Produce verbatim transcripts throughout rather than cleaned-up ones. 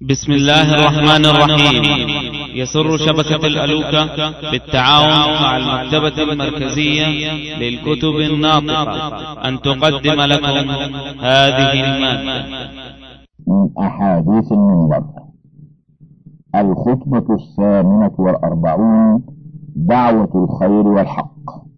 بسم الله الرحمن الرحيم. يسر شبكة الألوكة بالتعاون مع المكتبة المركزية للكتب الناطقة أن تقدم لكم هذه المادة من أحاديث المنبر. الخطبة الثامنة والأربعون: دعوة الخير والحق.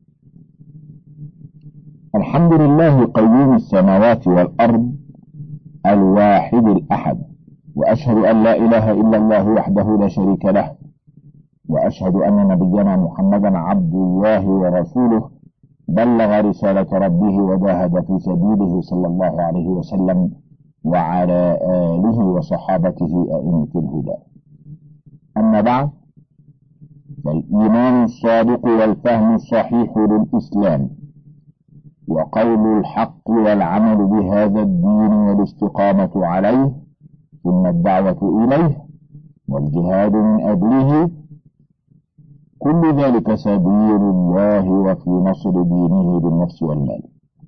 الحمد لله قيوم السماوات والأرض الواحد الأحد، وأشهد أن لا إله إلا الله وحده لا شريك له، وأشهد أن نبينا محمدا عبد الله ورسوله، بلغ رسالة ربه وجاهد في سبيله صلى الله عليه وسلم، وعلى آله وصحابته أئمة الهدى. أما بعد، فالإيمان الصادق والفهم الصحيح للإسلام وقول الحق والعمل بهذا الدين والاستقامة عليه، ثم الدعوة إليه والجهاد من أجله، كل ذلك سبيل الله وفي نصر دينه بالنفس والمال.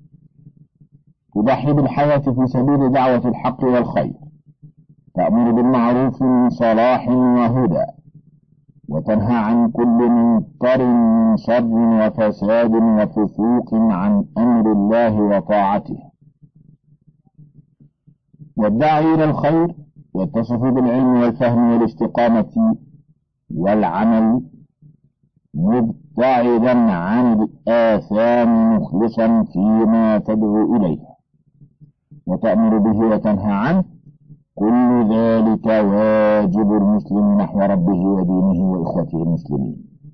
تضحي بالحياة في سبيل دعوة الحق والخير، تأمر بالمعروف من صلاح وهدى، وتنهى عن كل منكر من شر وفساد وفسوق عن أمر الله وطاعته. والداعي إلى الخير يتصف بالعلم والفهم والاستقامة والعمل، مبتعدا عن الآثام مخلصا فيما تدعو إليه وتأمر به وتنهى عنه. كل ذلك واجب المسلم نحو ربه ودينه وإخوته المسلمين.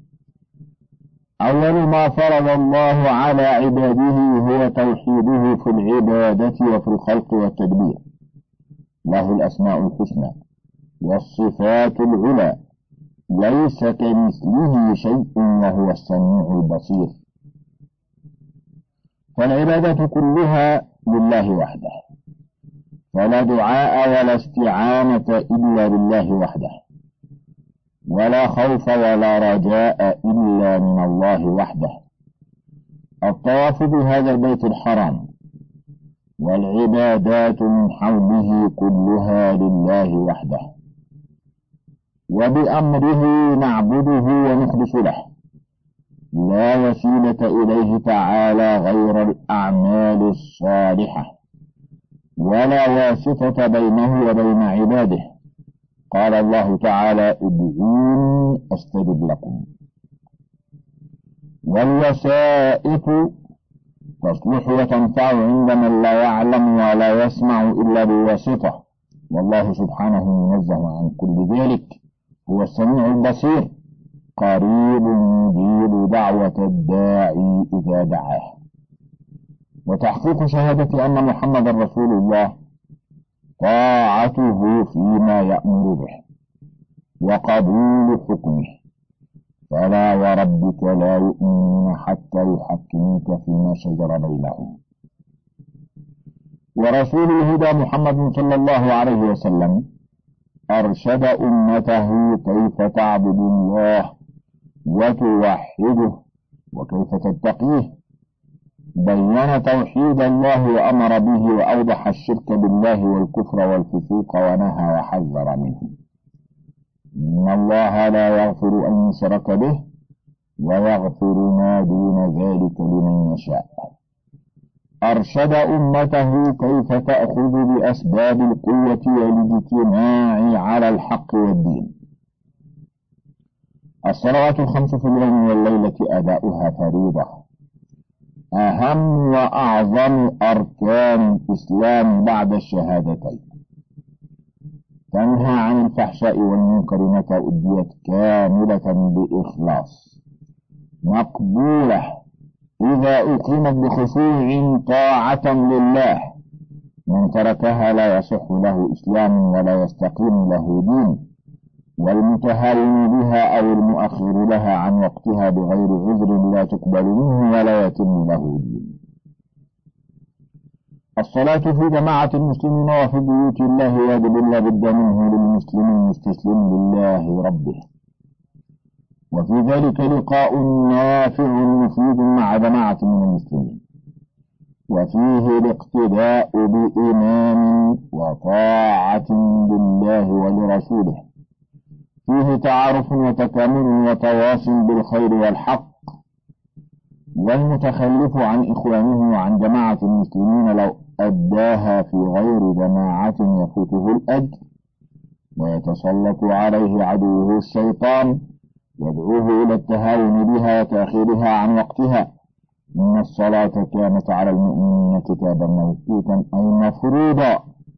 أول ما فرض الله على عباده هو توحيده في العبادة وفي الخلق والتدبير. له الأسماء الحسنى والصفات العلى، ليس كمثله شيء وهو السميع البصير. فالعبادة كلها لله وحده، فلا دعاء ولا استعانة إلا بالله وحده، ولا خوف ولا رجاء إلا من الله وحده. الطواف بهذا البيت الحرام والعبادات من حوله كلها لله وحده، وبأمره نعبده ونخلص له، لا وسيلة إليه تعالى غير الأعمال الصالحة، ولا واسطة بينه وبين عباده. قال الله تعالى: ادعوني أستجب لكم. والوسائط تصلح وتنفع عند من لا يعلم ولا يسمع إلا بواسطة، والله سبحانه منزه عن كل ذلك، هو السميع البصير، قريب مجيب دعوة الداعي إذا دعاه. وتحقيق شهادة أن محمد رسول الله طاعته فيما يأمر به وقبول حكمه. فلا وربك لا يؤمنون حتى يحكموك فيما شجر بينهم. ورسول الهدى محمد صلى الله عليه وسلم أرشد أمته كيف تعبد الله وتوحده وكيف تتقيه. بين توحيد الله وأمر به، وأوضح الشرك بالله والكفر والفسوق، ونهى وحذر منه. إن الله لا يغفر أن يشرك به ويغفر ما دون ذلك لمن يشاء. أرشد أمته كيف تأخذ بأسباب القوة والاجتماع على الحق والدين. الصلوات الخمس في اليوم والليلة أداؤها فريضة، أهم وأعظم أركان الإسلام بعد الشهادتين. تنهى عن الفحشاء والمنكر متى أديت كاملة بإخلاص، مقبولة إذا أقيمت بخشوع طاعة لله. من تركها لا يصح له إسلام ولا يستقيم له دين. والمتهاون بها أو المؤخر لها عن وقتها بغير عذر لا تقبل منه ولا يتم له دين. الصلاة في جماعة المسلمين وفي بيوت الله واجب لا بد منه للمسلم المستسلم لله ربه، وفي ذلك لقاء نافع مفيد مع جماعة من المسلمين. وفيه الاقتداء بإمام وطاعة لله ولرسوله، فيه تعارف وتكامل وتواص بالخير والحق. والمتخلف عن إخوانه وعن جماعة المسلمين لو أداها في غير جماعة يفوته الأجر، ويتسلط عليه عدوه الشيطان يدعوه إلى التهاون بها وتأخيرها عن وقتها. إن الصلاة كانت على المؤمنين كتابا موقوتا أي مفروضا.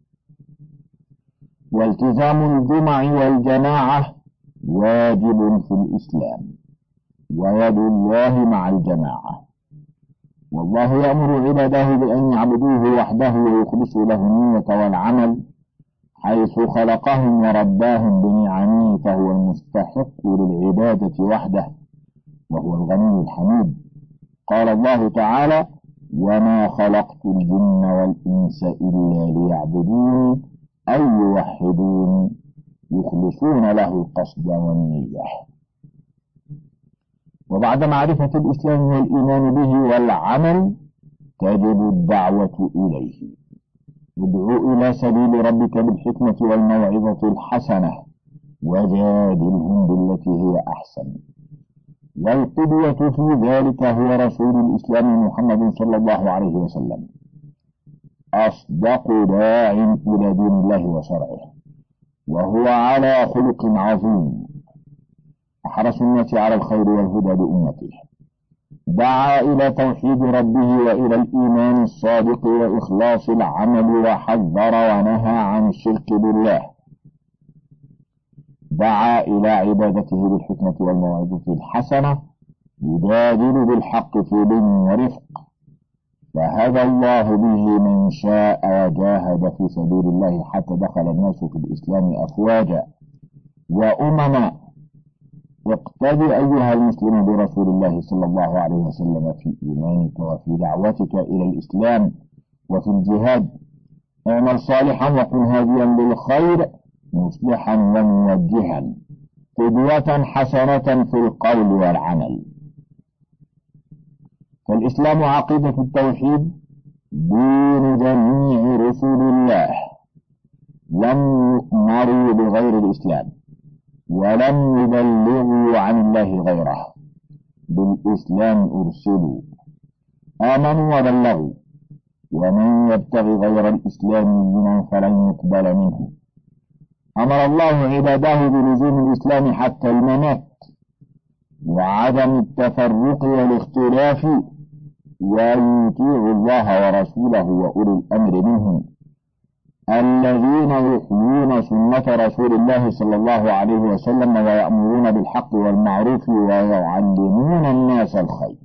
والتزام الجمع والجماعة واجب في الإسلام، ويد الله مع الجماعة. والله يأمر عباده بأن يعبدوه وحده ويخلصوا له النية والعمل، حيث خلقهم ورباهم بنعمه، فهو المستحق للعبادة وحده وهو الغني الحميد. قال الله تعالى: وما خلقت الجن والإنس إلا ليعبدون أي يوحدون يخلصون له القصد والنية. وبعد معرفة الإسلام والإيمان به والعمل تجب الدعوة إليه. ادعو إلى سبيل ربك بالحكمة والموعظة الحسنة وجادلهم بالتي هي أحسن. والقدوة في ذلك هو رسول الإسلام محمد صلى الله عليه وسلم، أصدق داع إلى دين الله وشرعه، وهو على خلق عظيم، أحرص الناس على الخير والهدى بأمته. دعا إلى توحيد ربه وإلى الإيمان الصادق وإخلاص العمل، وحذر ونهى عن الشرك بالله. دعا إلى عبادته بالحكمة والموعظة الحسنة، يجادل بالحق في دين ورفق، فهدى الله به من شاء وجاهد في سبيل الله حتى دخل الناس في الإسلام أفواجا وأمما. اقتد أيها المسلم برسول الله صلى الله عليه وسلم في إيمانك وفي دعوتك إلى الإسلام وفي الجهاد. اعمل صالحا وكن هاديا للخير مصلحا وموجها، قدوة حسنة في القول والعمل. فالإسلام عقيدة التوحيد، دين جميع رسل الله، لم يؤمروا بغير الإسلام ولم يبلغوا عن الله غيره، بالإسلام أرسلوا، آمنوا وبلغوا. ومن يبتغي غير الإسلام دينا فلن يقبل منه. أمر الله عباده بلزوم الإسلام حتى الممات، وعدم التفرق والاختلاف، وأن يطيعوا الله ورسوله وأولي الأمر منهم الذين يحيون سنة رسول الله صلى الله عليه وسلم ويأمرون بالحق والمعروف ويعلمون الناس الخير.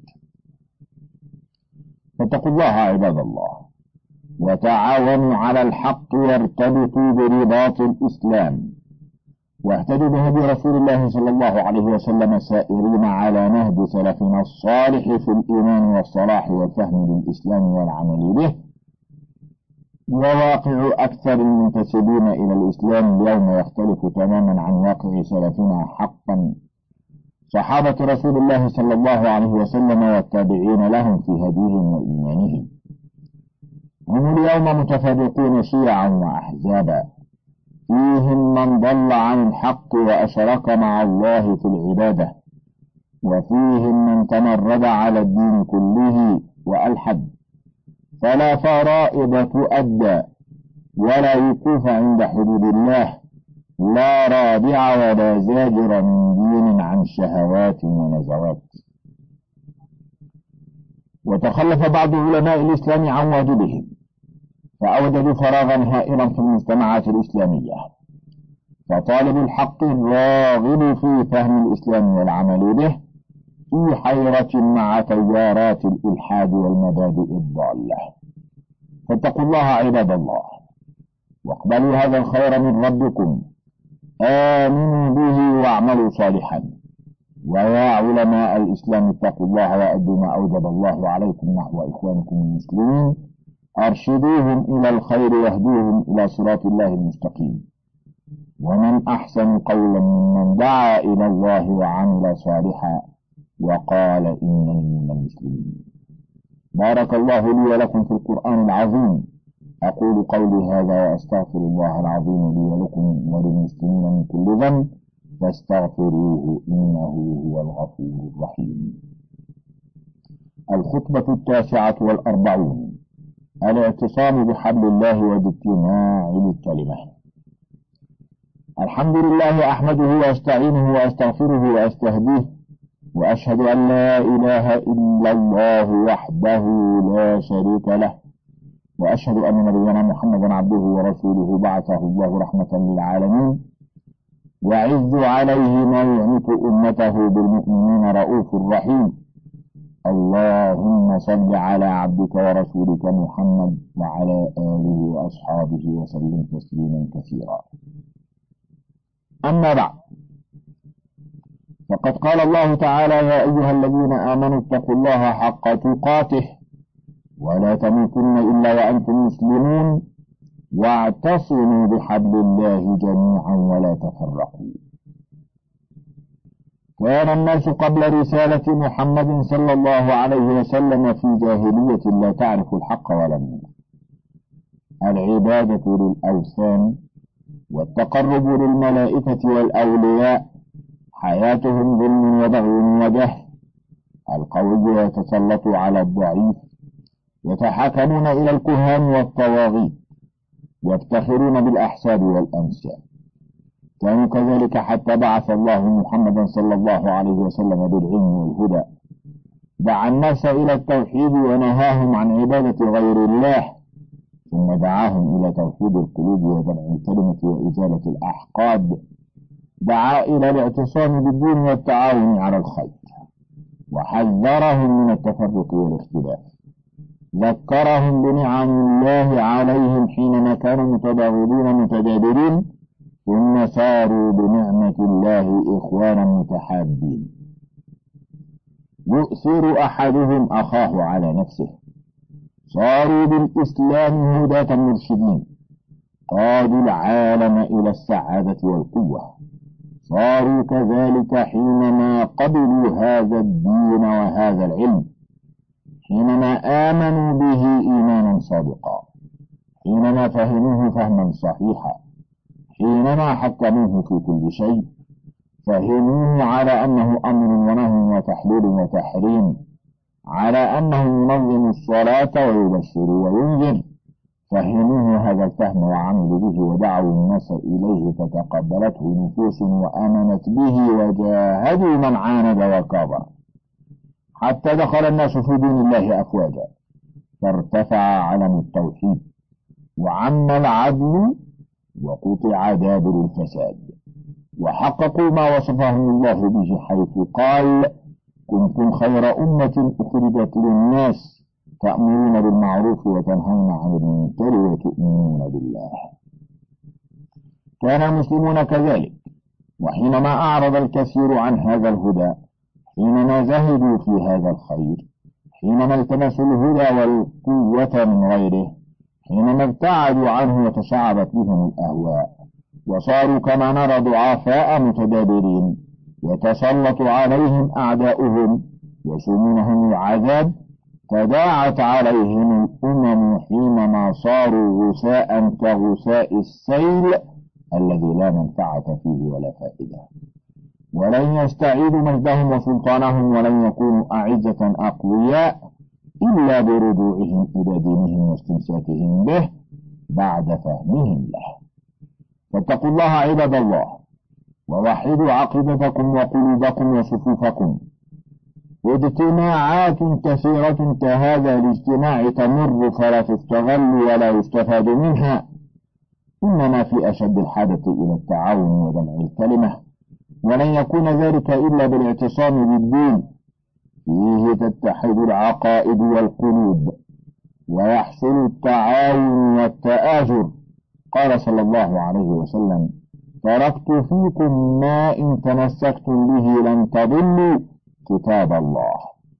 فاتقوا الله عباد الله، وتعاونوا على الحق وارتبطوا برباط الإسلام، واهتدوا بهدي رسول الله صلى الله عليه وسلم سائرين على نهج سلفنا الصالح في الإيمان والصلاح والفهم للإسلام والعمل به. وواقع أكثر المنتسبين إلى الإسلام اليوم يختلف تماما عن واقع سلفنا حقا، صحابة رسول الله صلى الله عليه وسلم والتابعين لهم في هديهم وإيمانهم. هم اليوم متفرقون شيعا وأحزابا، فيهم من ضل عن الحق وأشرك مع الله في العبادة، وفيهم من تمرد على الدين كله وألحد، فلا فرائض تؤدى ولا وقوف عند حدود الله، لا رادع ولا زاجر من دين عن شهوات ونزوات. وتخلف بعض علماء الإسلام عن واجبهم، فأوجدوا فراغا هائلا في المجتمعات الإسلامية، فطالب الحق الراغب في فهم الإسلام والعمل به في حيرة مع تيارات الإلحاد والمبادئ الضالة. فاتقوا الله عباد الله، واقبلوا هذا الخير من ربكم، آمنوا به واعملوا صالحا. ويا علماء الإسلام اتقوا الله وأدوا ما أوجب الله عليكم نحو إخوانكم المسلمين، أرشدوهم إلى الخير واهدوهم إلى صراط الله المستقيم. ومن أحسن قولا ممن دعا إلى الله وعمل صالحا وقال إنني من المسلمين. بارك الله لي ولكم في القرآن العظيم. أقول قولي هذا وأستغفر الله العظيم لي ولكم وللمسلمين من كل ذنب فاستغفروه إنه هو الغفور الرحيم. الخطبة التاسعة والأربعون: الاعتصام بحبل الله واجتماع الكلمة. الحمد لله، أحمده وأستعينه وأستغفره وأستهديه، وأشهد أن لا إله إلا الله وحده لا شريك له، وأشهد أن نبينا محمدا عبده ورسوله بعثه الله رحمة للعالمين، يعز عليه ما يعنف أمته بالمؤمنين رؤوف رحيم. اللهم صل على عبدك ورسولك محمد وعلى آله وأصحابه وسلم تسليما كثيرا. أما بعد، فقد قال الله تعالى: يا أيها الذين آمنوا اتقوا الله حق تقاته ولا تموتن إلا وأنتم مسلمون واعتصموا بحبل الله جميعا ولا تفرقوا. كان الناس قبل رسالة محمد صلى الله عليه وسلم في جاهلية لا تعرف الحق ولا النور، العبادة للأوثان والتقرب للملائكة والأولياء، حياتهم ظلم وبغي وجهل، القوي يتسلط على الضعيف، يتحاكمون إلى الكهان والطواغيت، يفتخرون بالأحساب والأنساب. كانوا كذلك حتى بعث الله محمدا صلى الله عليه وسلم بالعلم والهدى، دعا الناس إلى التوحيد ونهاهم عن عبادة غير الله، ثم دعاهم إلى توحيد القلوب وجمع الكلمة وإزالة الأحقاد، دعا إلى الاعتصام بالدين والتعاون على الخير، وحذرهم من التفرق والاختلاف، ذكرهم بنعم الله عليهم حينما كانوا متباغضين متجادلين، ثم صاروا بنعمة الله إخوانا متحابين. يؤثر أحدهم أخاه على نفسه، صاروا بالإسلام هداة مرشدين، قادوا العالم إلى السعادة والقوة. صاروا كذلك حينما قبلوا هذا الدين وهذا العلم، حينما آمنوا به إيمانا صادقا، حينما فهموه فهما صحيحا، حينما حكموه في كل شيء، فهموه على أنه أمر ونهي وتحليل وتحريم، على أنه ينظم الصلاة ويبشر وينذر، فهموه هذا الفهم وعملوا به ودعوا الناس إليه فتقبلته نفوس وآمنت به، وجاهدوا من عاند وكابر، حتى دخل الناس في دين الله أفواجا، فارتفع علم التوحيد وعم العدل وقطع دابر الفساد، وحققوا ما وصفهم الله به حيث قال: كنتم خير أمة أخرجت للناس تأمرون بالمعروف وتنهون عن المنكر وتؤمنون بالله. كان المسلمون كذلك، وحينما أعرض الكثير عن هذا الهدى، حينما زهدوا في هذا الخير، حينما التمسوا الهدى والقوة من غيره، حينما ابتعدوا عنه وتشعبت بهم الأهواء، وصاروا كما نرى ضعفاء متدابرين، يتسلط عليهم أعداؤهم يسومونهم العذاب، تداعت عليهم الأمم حينما صاروا غثاء كغثاء السيل الذي لا منفعة فيه ولا فائدة، ولن يستعيدوا مجدهم وسلطانهم، ولن يكونوا أعزة أقوياء إلا برجوعهم إلى دينهم واستمساكهم به بعد فهمهم له. فاتقوا الله عباد الله، ووحدوا عقيدتكم وقلوبكم وصفوفكم. واجتماعات كثيرة كهذا الاجتماع تمر فلا تستغل ولا يستفاد منها، إنما في أشد الحاجة إلى التعاون وجمع الكلمة، ولن يكون ذلك إلا بالاعتصام بالدين، فيه تتحد العقائد والقلوب ويحصل التعاون والتآجر. قال صلى الله عليه وسلم: تركت فيكم ما إن تمسكتم به لن تضلوا كتاب الله.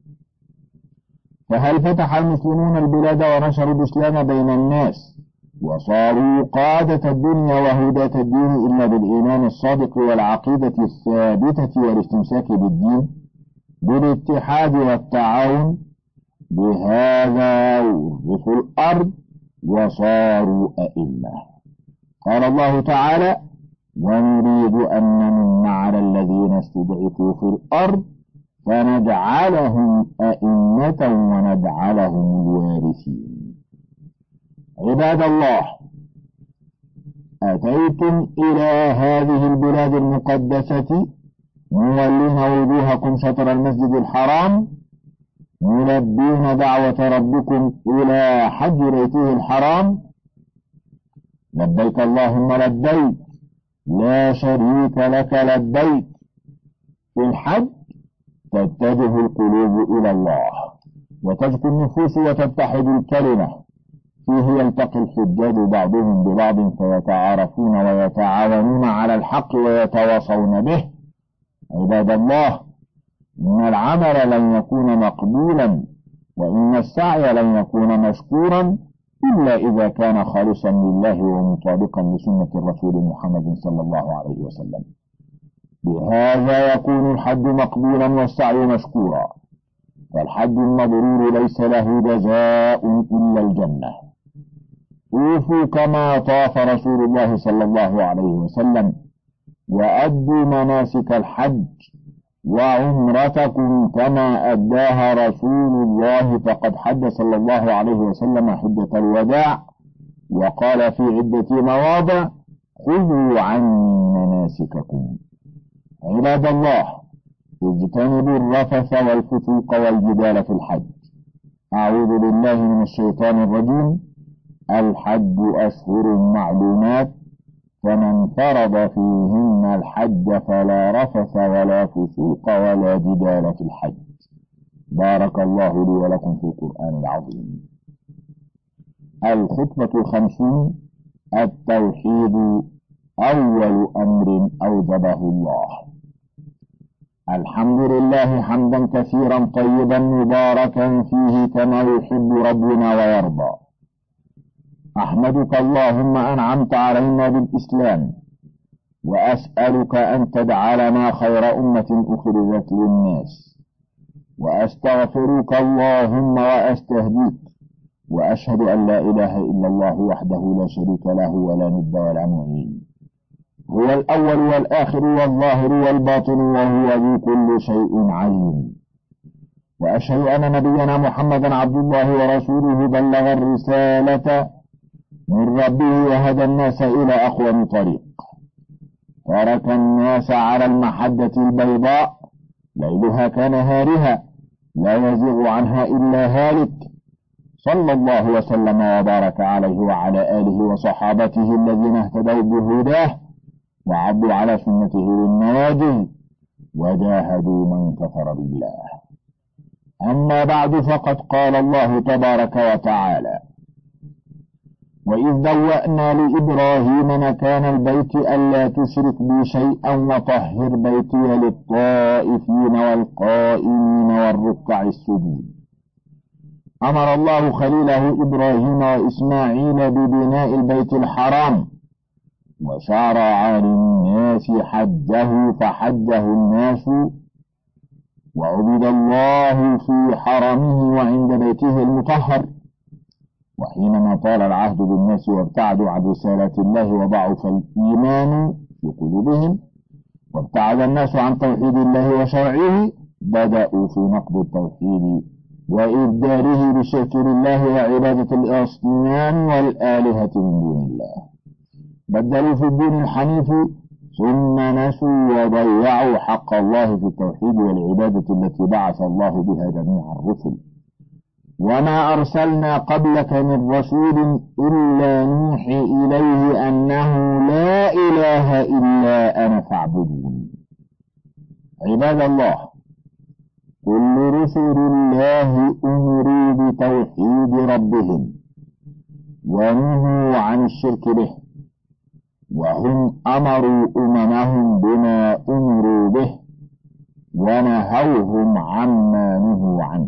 فهل فتح المسلمون البلاد ونشروا الإسلام بين الناس وصاروا قادة الدنيا وهداة الدين إلا بالإيمان الصادق والعقيدة الثابتة والاستمساك بالدين، بالاتحاد والتعاون؟ بهذا ورثوا الأرض وصاروا أئمة. قال الله تعالى: ونريد أن نمن على الذين استضعفوا في الأرض فنجعلهم أئمة ونجعلهم الوارثين. عباد الله، أتيتم إلى هذه البلاد المقدسة مولين وجوهكم شطر المسجد الحرام ملبين دعوة ربكم إلى حج بيته الحرام. لبيك اللهم لبيك لا شريك لك لبيك. في الحج تتجه القلوب إلى الله وتزكو النفوس وتتحد الكلمة. فيه يلتقي الحجاج بعضهم ببعض فيتعارفون ويتعاونون على الحق ويتواصون به. عباد الله، إن العمل لن يكون مقبولا وإن السعي لن يكون مشكورا إلا إذا كان خالصا لله ومطابقا لسنة الرسول محمد صلى الله عليه وسلم. بهذا يكون الحج مقبولا والسعي مشكورا. فالحج المبرور ليس له جزاء إلا الجنة. طوفوا كما طاف رسول الله صلى الله عليه وسلم وأدوا مناسك الحج وعمرتكم كما أداها رسول الله، فقد حج صلى الله عليه وسلم حجة الوداع وقال في عدة مواضع: خذوا عني مناسككم. عباد الله، اجتنبوا الرفث والفسوق والجدال في الحج. أعوذ بالله من الشيطان الرجيم. الحج أشهر معلومات، فمن فرض فيهن الحج فلا رفث ولا فسوق ولا جدال في الحج. بارك الله لي ولكم في القرآن العظيم. الخطبة الخمسون: التوحيد أول أمر أوجبه الله. الحمد لله حمدا كثيرا طيبا مباركا فيه كما يحب ربنا ويرضى. أحمدك اللهم أنعمت علينا بالإسلام، وأسألك أن تجعلنا خير أمة أخرجت للناس، وأستغفرك اللهم وأستهديك، وأشهد أن لا إله إلا الله وحده لا شريك له ولا ند ولا معين. هو الأول والآخر والظاهر والباطن وهو ذو كل شيء عليم. وأشهد أن نبينا محمدا عبد الله ورسوله بلغ الرسالة من ربه وهدى الناس إلى أقوم طريق، ترك الناس على المحجة البيضاء ليلها كنهارها لا يزيغ عنها إلا هالك، صلى الله وسلم وبارك عليه وعلى آله وصحابته الذين اهتدوا بهداه وعضوا على سنته بالنواجذ وجاهدوا من كفر بالله. أما بعد، فقد قال الله تبارك وتعالى: وإذ بوأنا لإبراهيم مكان البيت ألا تشرك بي شيئا وطهر بيتي للطائفين والقائمين والركع السجود. أمر الله خليله إبراهيم وإسماعيل ببناء البيت الحرام، وشرع للناس حجه فحجه الناس، وعبد الله في حرمه وعند بيته المطهر. وحينما طال العهد بالناس وابتعدوا عن رسالة الله وضعف الإيمان في قلوبهم وابتعد الناس عن توحيد الله وشرعه، بدأوا في نقض التوحيد وإبداله بشرك الله وعبادة الأصنام والآلهة من دون الله. بدلوا في الدين الحنيف ثم نسوا وضيعوا حق الله في التوحيد والعبادة التي بعث الله بها جميع الرسل. وما أرسلنا قبلك من رسول إلا نوحي إليه أنه لا إله إلا أنا فاعبدون. عباد الله، كل رسل الله أمروا بتوحيد ربهم ونهوا عن الشرك به، وهم أمروا أممهم بما أمروا به ونهوهم عما نهوا عنه.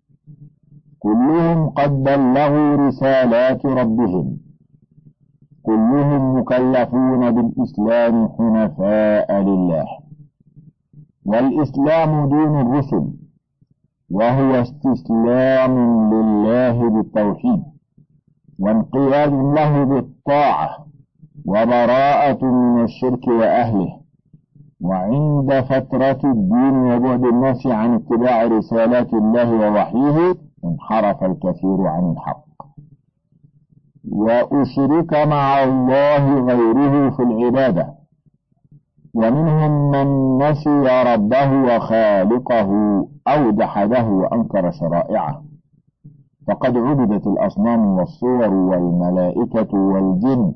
كلهم قد بلغوا رسالات ربهم، كلهم مكلفون بالإسلام حنفاء لله، والإسلام دين الرسل، وهو استسلام لله بالتوحيد وانقياد له بالطاعة وبراءة من الشرك وأهله. وعند فترة الدين وبعد الناس عن اتباع رسالات الله ووحيه انحرف الكثير عن الحق وأشرك مع الله غيره في العبادة، ومنهم من نسي ربه وخالقه أو جحده وأنكر شرائعه، فقد عبدت الأصنام والصور والملائكة والجن،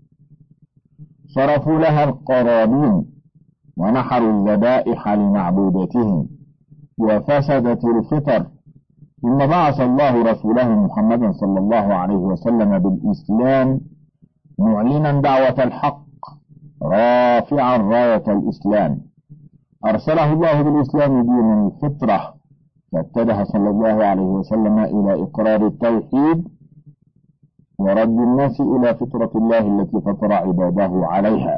صرفوا لها القرابين ونحروا الذبائح لمعبودتهم وفسدت الفطر. ثم بعث الله رسوله محمدا صلى الله عليه وسلم بالإسلام معلنا دعوة الحق رافعا راية الإسلام. أرسله الله بالإسلام دين الفطرة، فاتجه صلى الله عليه وسلم إلى إقرار التوحيد ورد الناس إلى فطرة الله التي فطر عباده عليها،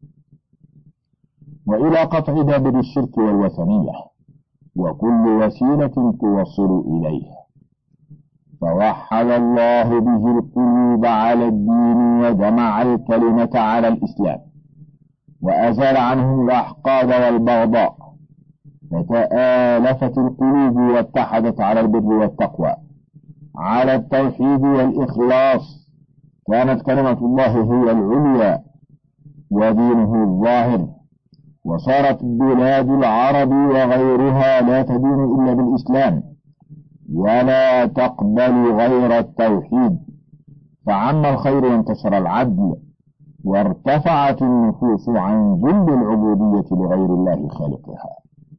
وإلى قطع دابر الشرك والوثنية وكل وسيلة توصل إليه. فوحد الله به القلوب على الدين وجمع الكلمة على الإسلام وأزال عنهم الأحقاد والبغضاء، فتآلفت القلوب واتحدت على البر والتقوى على التوحيد والإخلاص. كانت كلمة الله هي العليا ودينه الظاهر، وصارت بلاد العرب وغيرها لا تدين إلا بالإسلام ولا تقبل غير التوحيد، فعم الخير وانتشر العدل وارتفعت النفوس عن ذل العبودية لغير الله خالقها.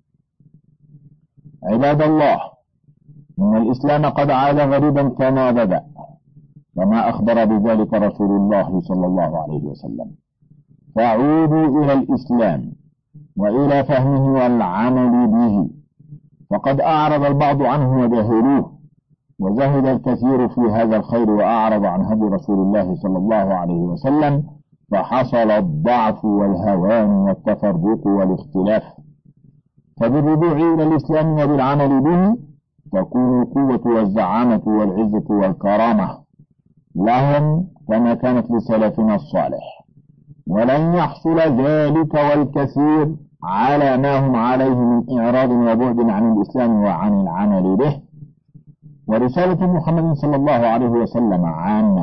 عباد الله، إن الإسلام قد عاد غريبا كما بدأ، كما أخبر بذلك رسول الله صلى الله عليه وسلم، فعودوا إلى الإسلام وإلى فهمه والعمل به، فقد أعرض البعض عنه وجهلوه، وزهد الكثير في هذا الخير وأعرض عن هدي رسول الله صلى الله عليه وسلم، فحصل الضعف والهوان والتفرق والاختلاف. فبالرجوع إلى الإسلام وبالعمل به تكون القوة والزعامة والعزة والكرامة لهم كما كانت لسلفنا الصالح، ولن يحصل ذلك والكثير على ما هم عليه من إعراض وبعد عن الإسلام وعن العمل به. ورسالة محمد صلى الله عليه وسلم عامة،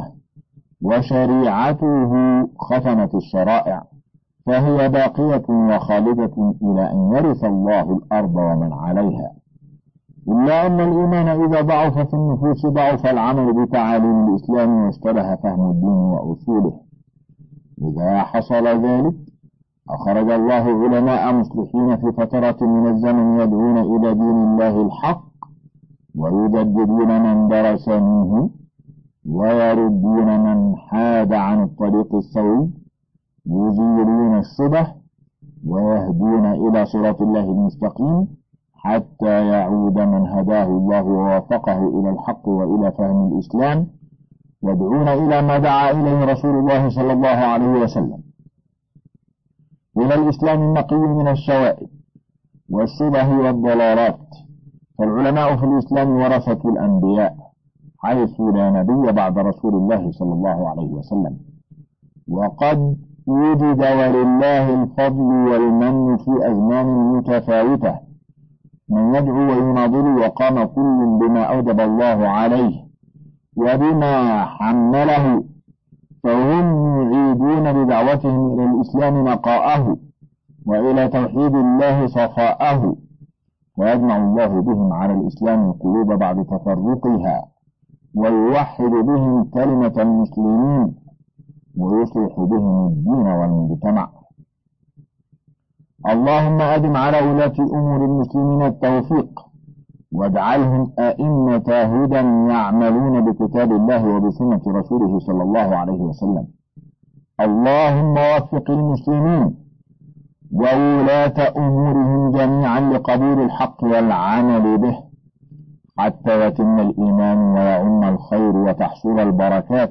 وشريعته ختمت الشرائع، فهي باقية وخالدة إلى أن يرث الله الأرض ومن عليها. إلا أن الإيمان إذا ضعف في النفوس ضعف العمل بتعاليم الإسلام واشتبه فهم الدين وأصوله. إذا حصل ذلك أخرج الله علماء مصلحين في فترة من الزمن يدعون إلى دين الله الحق ويجددون من درس منه ويردون من حاد عن الطريق السوي، يزيلون الشبه ويهدون إلى صراط الله المستقيم حتى يعود من هداه الله ووفقه إلى الحق وإلى فهم الإسلام، يدعون إلى ما دعا إليه رسول الله صلى الله عليه وسلم، إلى الإسلام النقي من الشوائب والشبه والضلالات. فالعلماء في الإسلام ورثة الأنبياء، حيث لا نبي بعد رسول الله صلى الله عليه وسلم، وقد وجد ولله الفضل والمن في أزمان متفاوتة من يدعو ويناظر، وقام كل بما أوجب الله عليه وبما حمله، فهم يعيدون بدعوتهم إلى الإسلام نقاءه وإلى توحيد الله صفاءه، ويجمع الله بهم على الإسلام القلوب بعد تفرقها، ويوحد بهم كلمة المسلمين، ويصلح بهم الدين والمجتمع. اللهم أدم على ولاة أمور المسلمين التوفيق، واجعلهم أئمة هدى يعملون بكتاب الله وبسنة رسوله صلى الله عليه وسلم. اللهم وفق المسلمين وولاة أمورهم جميعا لقبول الحق والعمل به، حتى يتم الإيمان ويعم الخير وتحصل البركات،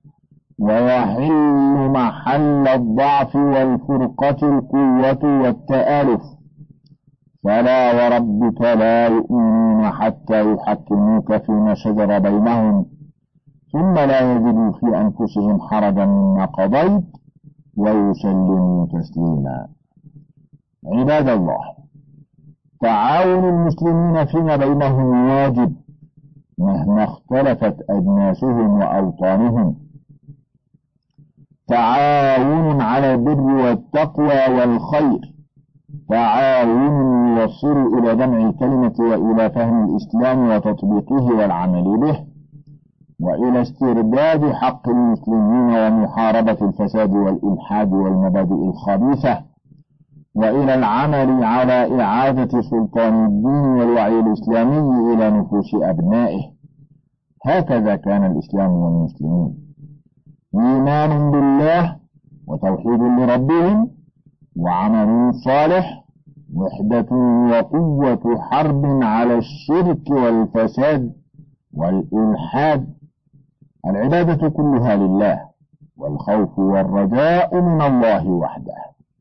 ويحل محل الضعف والفرقة القوة والتآلف، فلا وربك لا يؤمنون حتى يحكموك فيما شجر بينهم ثم لا يجدوا في أنفسهم حرجا مما قضيت ويسلموا تسليما. عباد الله، تعاون المسلمين فيما بينهم واجب مهما اختلفت أجناسهم وأوطانهم. تعاون على البر والتقوى والخير، تعاون يوصل إلى جمع الكلمة وإلى فهم الإسلام وتطبيقه والعمل به، وإلى استرداد حق المسلمين ومحاربة الفساد والإلحاد والمبادئ الخبيثة، وإلى العمل على إعادة سلطان الدين والوعي الإسلامي إلى نفوس أبنائه. هكذا كان الإسلام والمسلمون: إيمان بالله وتوحيد لربهم، وعمل صالح، وحدة وقوة حرب على الشرك والفساد والإلحاد. العبادة كلها لله، والخوف والرجاء من الله وحده.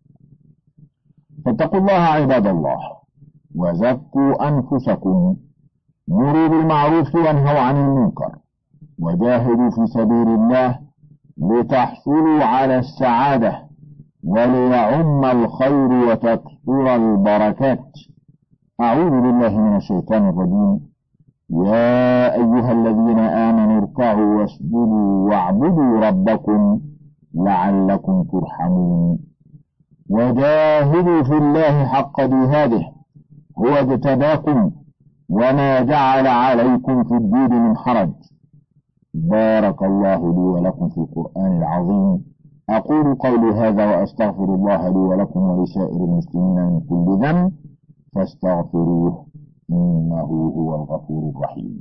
فاتقوا الله عباد الله، وزكوا أنفسكم، مروا بالمعروف وانهوا عن المنكر، وجاهدوا في سبيل الله لتحصلوا على السعادة وليعم الخير وتكثر البركات. أعوذ بالله من الشيطان الرجيم. يا أيها الذين آمنوا اركعوا واسجدوا واعبدوا ربكم لعلكم ترحمون. وجاهدوا في الله حق جهاده، هو اجتباكم وما جعل عليكم في الدين من حرج. بارك الله لي ولكم في القرآن العظيم. أقول قولي هذا وأستغفر الله لي ولكم ولسائر المسلمين من كل ذنب فاستغفروه إنه هو الغفور الرحيم.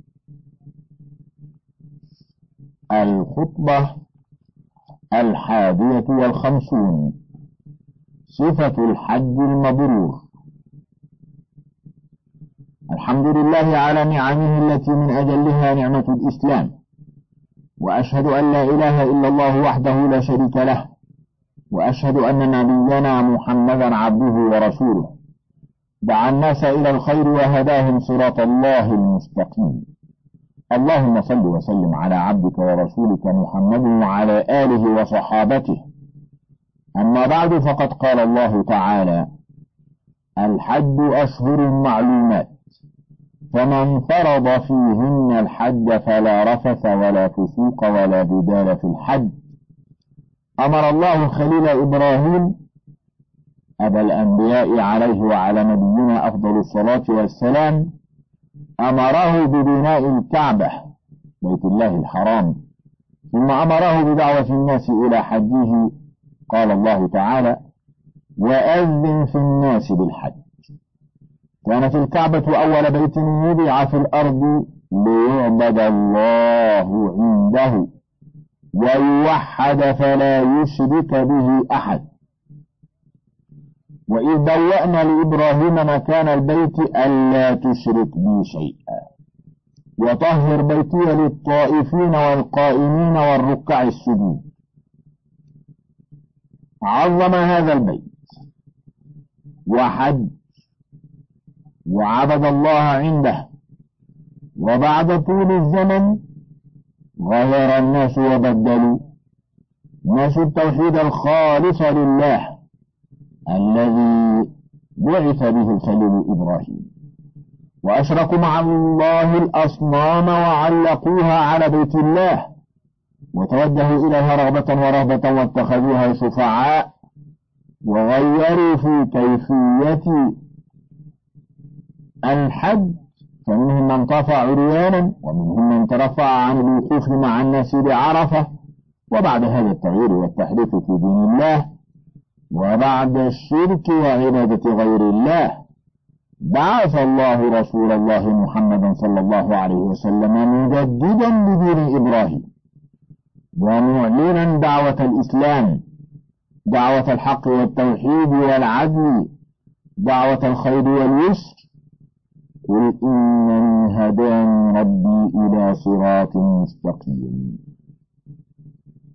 الخطبة الحادية والخمسون: صفة الحج المبرور. الحمد لله على نعمه التي من أجلها نعمة الإسلام، وأشهد أن لا إله إلا الله وحده لا شريك له، وأشهد أن نبينا محمدا عبده ورسوله، دعا الناس إلى الخير وهداهم صراط الله المستقيم. اللهم صل وسلم على عبدك ورسولك محمد وعلى آله وصحابته. أما بعد، فقد قال الله تعالى: الحج أشهر معلومات، فمن فرض فيهن الحج فلا رفث ولا فسوق ولا جدال في الحج. أمر الله خليل إبراهيم أبا الأنبياء عليه وعلى نبينا أفضل الصلاة والسلام، أمره ببناء الكعبة بيت الله الحرام، ثم أمره بدعوة الناس إلى حجه. قال الله تعالى: وأذن في الناس بالحج. كانت الكعبة أول بيت وضع في الأرض ليعبد الله عنده ويوحد فلا يشرك به أحد. وإذ بوأنا لإبراهيم مكان البيت ألا تشرك بي شيئا وطهر بيتي للطائفين والقائمين والركع السجود. عظم هذا البيت وحج وعبد الله عنده، وبعد طول الزمن غير الناس وبدلوا، نسوا التوحيد الخالص لله الذي بعث به الخليل إبراهيم، وأشركوا مع الله الأصنام وعلقوها على بيت الله، وتوجهوا إليها رغبة ورهبة واتخذوها شفعاء، وغيروا في كيفية الحج، فمنهم من طاف عريانا ومنهم من ترفع عن الوقوف مع الناس بعرفة. وبعد هذا التغيير والتحريف في دين الله، وبعد الشرك وعبادة غير الله، بعث الله رسول الله محمدا صلى الله عليه وسلم مجددا لدين إبراهيم ومعلنا دعوة الإسلام، دعوة الحق والتوحيد والعدل، دعوة الخير واليسر. قل إنني هداني ربي إلى صراط مستقيم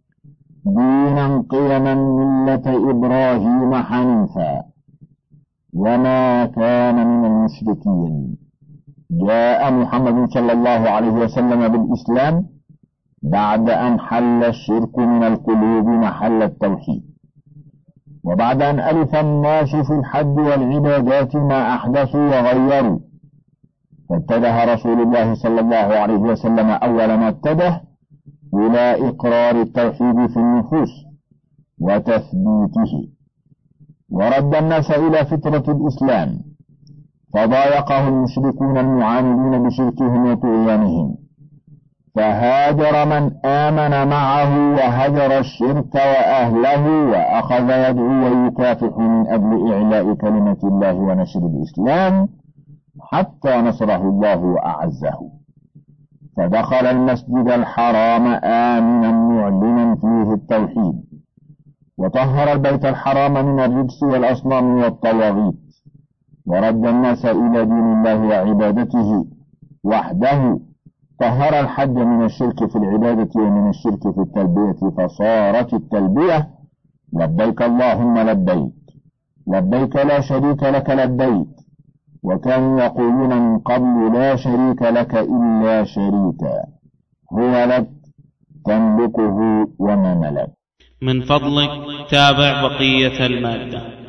دينا قيما ملة إبراهيم حنيفا وما كان من المشركين. جاء محمد صلى الله عليه وسلم بالإسلام بعد أن حل الشرك من القلوب محل التوحيد، وبعد أن ألف الناس في الحج والعبادات ما أحدثوا وغيروا، فاتجه رسول الله صلى الله عليه وسلم أول ما اتجه إلى إقرار التوحيد في النفوس وتثبيته، ورد الناس إلى فطرة الإسلام، فضايقه المشركون المعاندون بشركهم وطغيانهم، فهاجر من آمن معه وهجر الشرك وأهله، وأخذ يدعو ويكافح من أجل إعلاء كلمة الله ونشر الإسلام حتى نصره الله وأعزه. فدخل المسجد الحرام آمنا معلنا فيه التوحيد، وطهر البيت الحرام من الرجس والأصنام والطواغيت، ورد الناس إلى دين الله وعبادته وحده. طهر الحج من الشرك في العبادة ومن الشرك في التلبية، فصارت التلبية لبيك اللهم لبيك لبيك لا شريك لك لبيك، وكانوا يقولون من قبل لا شريك لك إلا شريكا هو لك تملكه وما ملك. من فضلك تابع بقية المادة.